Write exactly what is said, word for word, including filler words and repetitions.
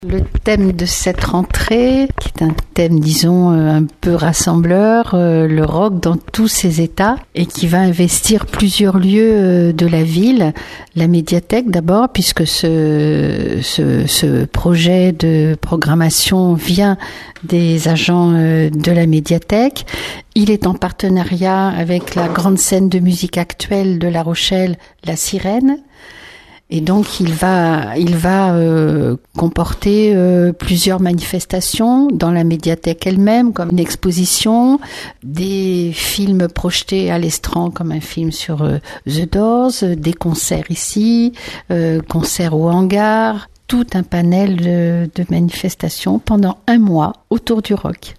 Le thème de cette rentrée, qui est un thème, disons, un peu rassembleur, le rock dans tous ses états, et qui va investir plusieurs lieux de la ville. La médiathèque d'abord, puisque ce, ce, ce projet de programmation vient des agents de la médiathèque. Il est en partenariat avec la grande scène de musique actuelle de La Rochelle, La Sirène. Et donc il va, il va euh, comporter euh, plusieurs manifestations dans la médiathèque elle-même, comme une exposition, des films projetés à l'estran comme un film sur euh, The Doors, des concerts ici, euh, concerts au hangar, tout un panel de, de manifestations pendant un mois autour du rock.